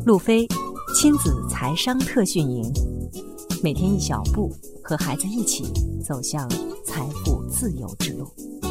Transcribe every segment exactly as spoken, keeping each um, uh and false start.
路飞亲子财商特训营，每天一小步，和孩子一起走向财富自由之路。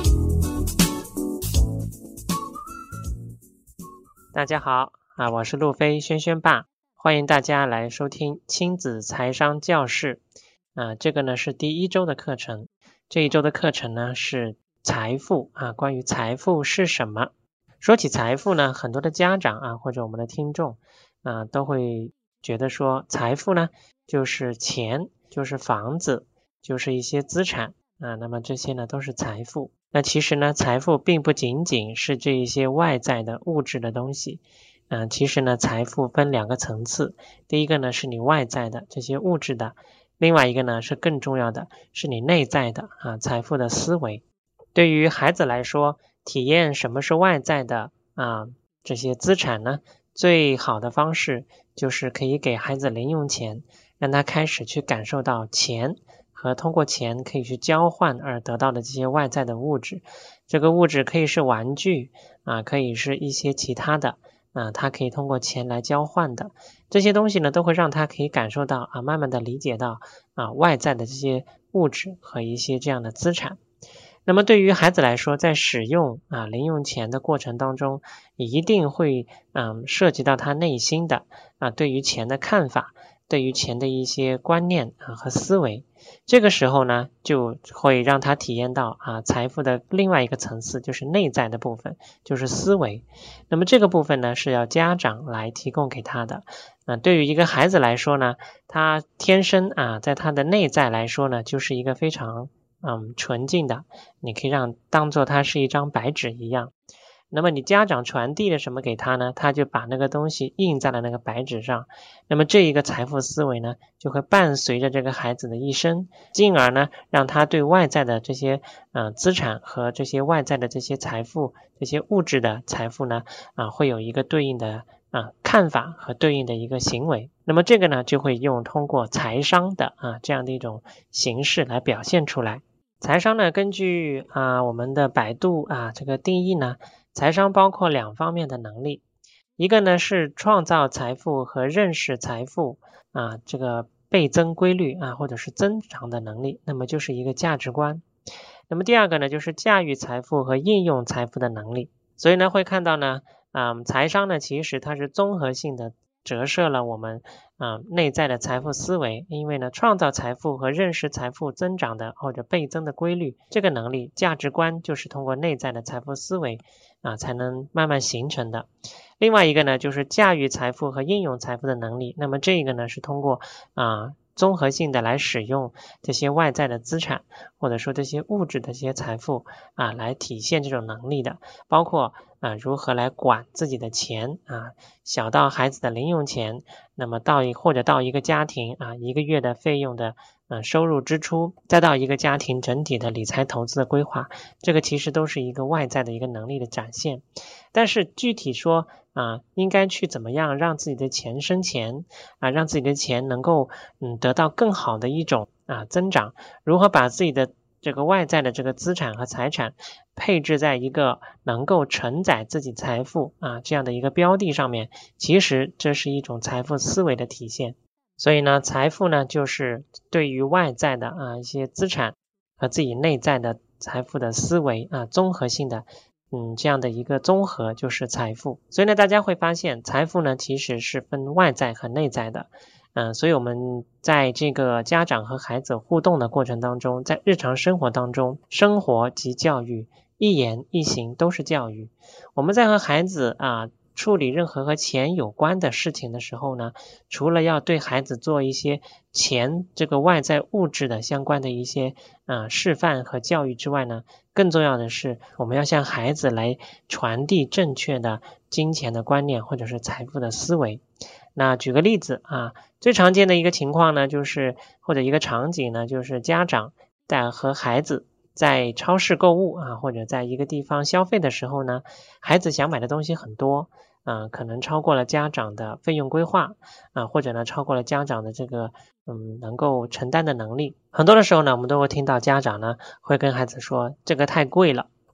大家好啊，我是路飞轩轩爸，欢迎大家来收听亲子财商教室啊。这个呢是第一周的课程，这一周的课程呢是财富啊，关于财富是什么。说起财富呢，很多的家长啊或者我们的听众啊都会觉得说，财富呢就是钱，就是房子，就是一些资产啊，那么这些呢都是财富。那其实呢，财富并不仅仅是这一些外在的物质的东西，嗯、呃，其实呢，财富分两个层次。第一个呢是你外在的这些物质的，另外一个呢是更重要的，是你内在的啊财富的思维。对于孩子来说，体验什么是外在的啊这些资产呢，最好的方式就是可以给孩子零用钱，让他开始去感受到钱和通过钱可以去交换而得到的这些外在的物质。这个物质可以是玩具啊，可以是一些其他的啊，他可以通过钱来交换的。这些东西呢，都会让他可以感受到啊，慢慢的理解到啊外在的这些物质和一些这样的资产。那么对于孩子来说，在使用啊零用钱的过程当中，一定会嗯涉及到他内心的啊对于钱的看法，对于钱的一些观念啊和思维。这个时候呢，就会让他体验到啊财富的另外一个层次，就是内在的部分，就是思维。那么这个部分呢，是要家长来提供给他的。啊，对于一个孩子来说呢，他天生啊在他的内在来说呢，就是一个非常嗯纯净的，你可以让当做它是一张白纸一样。那么你家长传递了什么给他呢？他就把那个东西印在了那个白纸上。那么这一个财富思维呢，就会伴随着这个孩子的一生，进而呢，让他对外在的这些呃资产和这些外在的这些财富，这些物质的财富呢，啊、呃、会有一个对应的啊、呃、看法和对应的一个行为。那么这个呢，就会用通过财商的啊这样的一种形式来表现出来。财商呢，根据啊我们的百度啊这个定义呢，财商包括两方面的能力，一个呢是创造财富和认识财富啊这个倍增规律啊或者是增长的能力，那么就是一个价值观。那么第二个呢就是驾驭财富和应用财富的能力。所以呢会看到呢，嗯，财商呢其实它是综合性的折射了我们啊、呃、内在的财富思维。因为呢创造财富和认识财富增长的或者倍增的规律，这个能力价值观就是通过内在的财富思维啊才能慢慢形成的。另外一个呢就是驾驭财富和应用财富的能力，那么这个呢是通过啊综合性的来使用这些外在的资产或者说这些物质的这些财富啊来体现这种能力的，包括啊如何来管自己的钱啊，小到孩子的零用钱，那么到一或者到一个家庭啊一个月的费用的呃收入支出，再到一个家庭整体的理财投资的规划，这个其实都是一个外在的一个能力的展现。但是具体说啊，应该去怎么样让自己的钱生钱啊，让自己的钱能够嗯得到更好的一种啊增长，如何把自己的这个外在的这个资产和财产配置在一个能够承载自己财富啊这样的一个标的上面，其实这是一种财富思维的体现。所以呢，财富呢就是对于外在的啊一些资产和自己内在的财富的思维啊综合性的嗯，这样的一个综合就是财富。所以呢，大家会发现财富呢其实是分外在和内在的。嗯，所以我们在这个家长和孩子互动的过程当中，在日常生活当中，生活即教育，一言一行都是教育。我们在和孩子啊处理任何和钱有关的事情的时候呢，除了要对孩子做一些钱这个外在物质的相关的一些呃示范和教育之外呢，更重要的是我们要向孩子来传递正确的金钱的观念或者是财富的思维。那举个例子啊，最常见的一个情况呢，就是或者一个场景呢，就是家长在和孩子在超市购物啊，或者在一个地方消费的时候呢，孩子想买的东西很多，嗯、呃，可能超过了家长的费用规划啊、呃，或者呢超过了家长的这个嗯能够承担的能力。很多的时候呢，我们都会听到家长呢会跟孩子说，这个太贵了，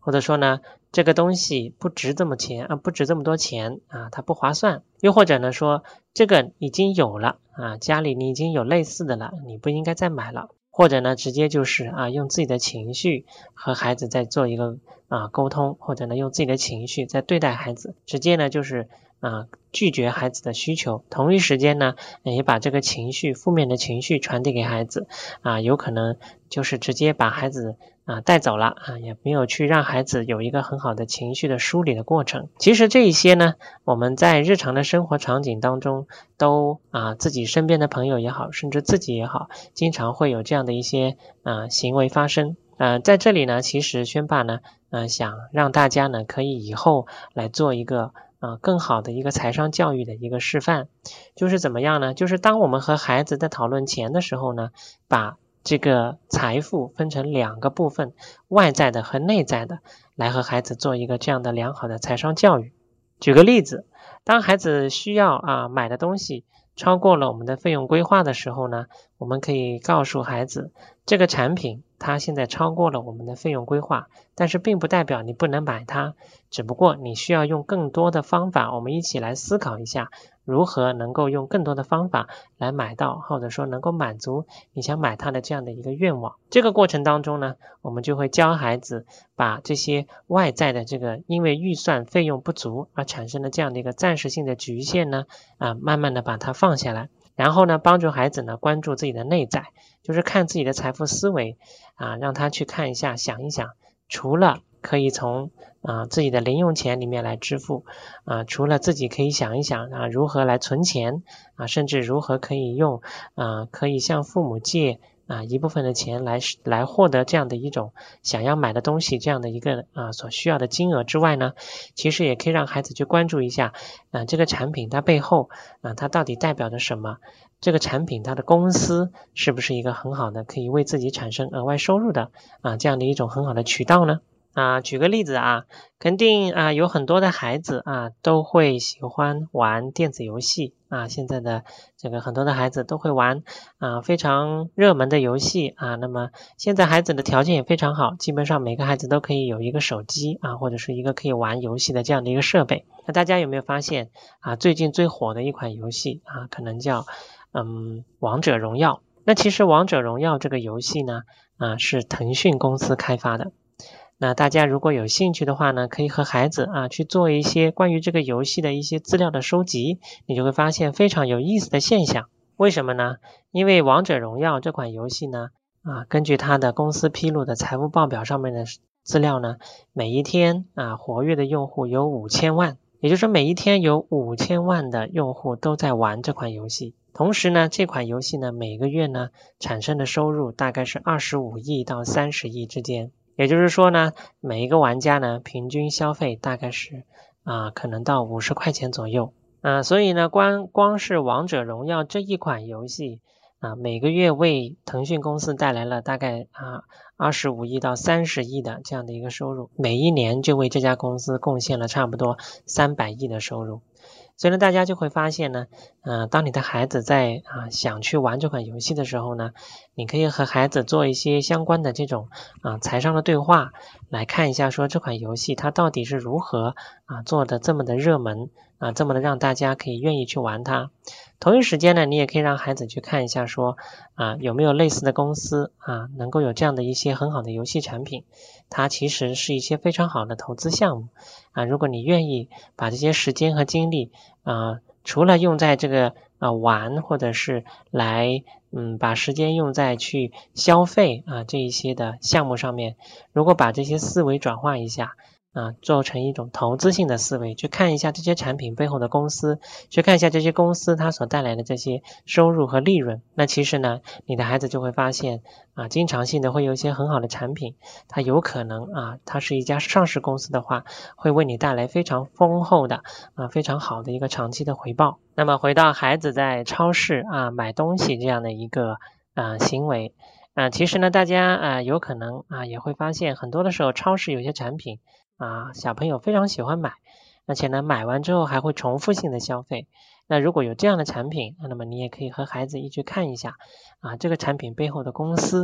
或者说呢这个东西不值这么钱啊，不值这么多钱啊，它不划算。又或者呢说这个已经有了啊，家里你已经有类似的了，你不应该再买了。或者呢直接就是啊用自己的情绪和孩子在做一个啊沟通，或者呢用自己的情绪在对待孩子，直接呢就是啊拒绝孩子的需求，同一时间呢也把这个情绪负面的情绪传递给孩子啊，有可能就是直接把孩子啊带走了啊，也没有去让孩子有一个很好的情绪的梳理的过程。其实这一些呢我们在日常的生活场景当中都啊自己身边的朋友也好，甚至自己也好，经常会有这样的一些啊行为发生。呃，在这里呢，其实轩爸呢，呃，想让大家呢，可以以后来做一个呃更好的一个财商教育的一个示范，就是怎么样呢？就是当我们和孩子在讨论钱的时候呢，把这个财富分成两个部分，外在的和内在的，来和孩子做一个这样的良好的财商教育。举个例子，当孩子需要啊买的东西超过了我们的费用规划的时候呢，我们可以告诉孩子，这个产品它现在超过了我们的费用规划，但是并不代表你不能买它，只不过你需要用更多的方法，我们一起来思考一下，如何能够用更多的方法来买到，或者说能够满足你想买它的这样的一个愿望。这个过程当中呢，我们就会教孩子把这些外在的这个因为预算费用不足而产生的这样的一个暂时性的局限呢，啊，慢慢的把它放下来，然后呢，帮助孩子呢关注自己的内在，就是看自己的财富思维啊，让他去看一下，想一想，除了可以从啊自己的零用钱里面来支付啊，除了自己可以想一想啊如何来存钱啊，甚至如何可以用啊可以向父母借啊一部分的钱来来获得这样的一种想要买的东西这样的一个啊所需要的金额之外呢，其实也可以让孩子去关注一下啊这个产品它背后啊它到底代表着什么，这个产品它的公司是不是一个很好的可以为自己产生额外收入的啊这样的一种很好的渠道呢？啊，举个例子啊，肯定啊有很多的孩子啊都会喜欢玩电子游戏啊，现在的这个很多的孩子都会玩啊非常热门的游戏啊，那么现在孩子的条件也非常好，基本上每个孩子都可以有一个手机啊，或者是一个可以玩游戏的这样的一个设备。那大家有没有发现啊，最近最火的一款游戏啊，可能叫嗯王者荣耀。那其实王者荣耀这个游戏呢啊是腾讯公司开发的。那大家如果有兴趣的话呢，可以和孩子啊去做一些关于这个游戏的一些资料的收集，你就会发现非常有意思的现象。为什么呢？因为王者荣耀这款游戏呢啊根据它的公司披露的财务报表上面的资料呢，每一天啊活跃的用户有五千万，也就是说每一天有五千万的用户都在玩这款游戏。同时呢，这款游戏呢每个月呢产生的收入大概是二十五亿到三十亿之间。也就是说呢，每一个玩家呢平均消费大概是啊可能到五十块钱左右啊，所以呢光光是王者荣耀这一款游戏啊，每个月为腾讯公司带来了大概啊二十五亿到三十亿的这样的一个收入，每一年就为这家公司贡献了差不多三百亿的收入。所以呢，大家就会发现呢，呃，当你的孩子在啊想去玩这款游戏的时候呢，你可以和孩子做一些相关的这种啊财商的对话，来看一下说这款游戏它到底是如何啊做的这么的热门啊，这么的让大家可以愿意去玩它。同一时间呢，你也可以让孩子去看一下说啊有没有类似的公司啊能够有这样的一些很好的游戏产品，它其实是一些非常好的投资项目啊，如果你愿意把这些时间和精力啊除了用在这个啊玩，或者是来嗯把时间用在去消费啊这一些的项目上面，如果把这些思维转换一下啊，做成一种投资性的思维，去看一下这些产品背后的公司，去看一下这些公司它所带来的这些收入和利润，那其实呢你的孩子就会发现啊，经常性的会有一些很好的产品，它有可能啊它是一家上市公司的话，会为你带来非常丰厚的啊非常好的一个长期的回报。那么回到孩子在超市啊买东西这样的一个啊行为啊，其实呢大家啊有可能啊也会发现，很多的时候超市有些产品啊小朋友非常喜欢买，而且呢买完之后还会重复性的消费。那如果有这样的产品，那么你也可以和孩子一起看一下啊这个产品背后的公司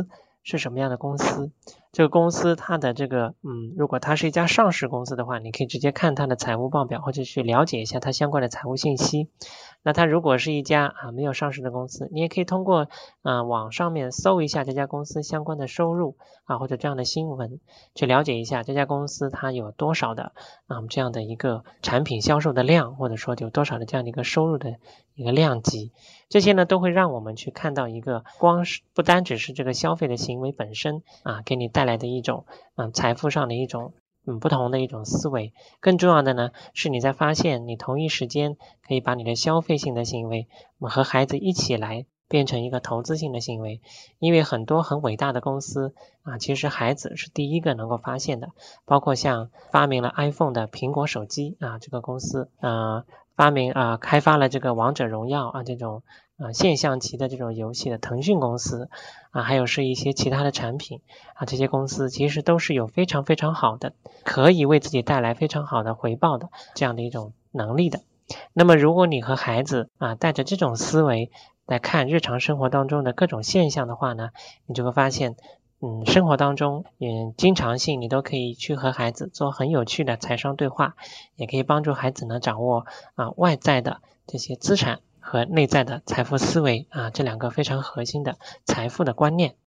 是什么样的公司。这个公司它的这个嗯，如果它是一家上市公司的话，你可以直接看它的财务报表，或者去了解一下它相关的财务信息。那它如果是一家啊没有上市的公司，你也可以通过啊网上面搜一下这家公司相关的收入啊或者这样的新闻，去了解一下这家公司它有多少的啊这样的一个产品销售的量，或者说有多少的这样的一个收入的一个量级。这些呢都会让我们去看到一个光是不单只是这个消费的行为本身啊给你带来的一种嗯财富上的一种嗯不同的一种思维，更重要的呢是你在发现你同一时间可以把你的消费性的行为和孩子一起来变成一个投资性的行为。因为很多很伟大的公司啊，其实孩子是第一个能够发现的，包括像发明了 iPhone 的苹果手机啊，这个公司呃发明啊、呃、开发了这个王者荣耀啊这种啊现象级的这种游戏的腾讯公司啊，还有是一些其他的产品啊，这些公司其实都是有非常非常好的可以为自己带来非常好的回报的这样的一种能力的。那么如果你和孩子啊带着这种思维来看日常生活当中的各种现象的话呢，你就会发现嗯，生活当中嗯，经常性你都可以去和孩子做很有趣的财商对话，也可以帮助孩子呢掌握啊外在的这些资产和内在的财富思维啊这两个非常核心的财富的观念。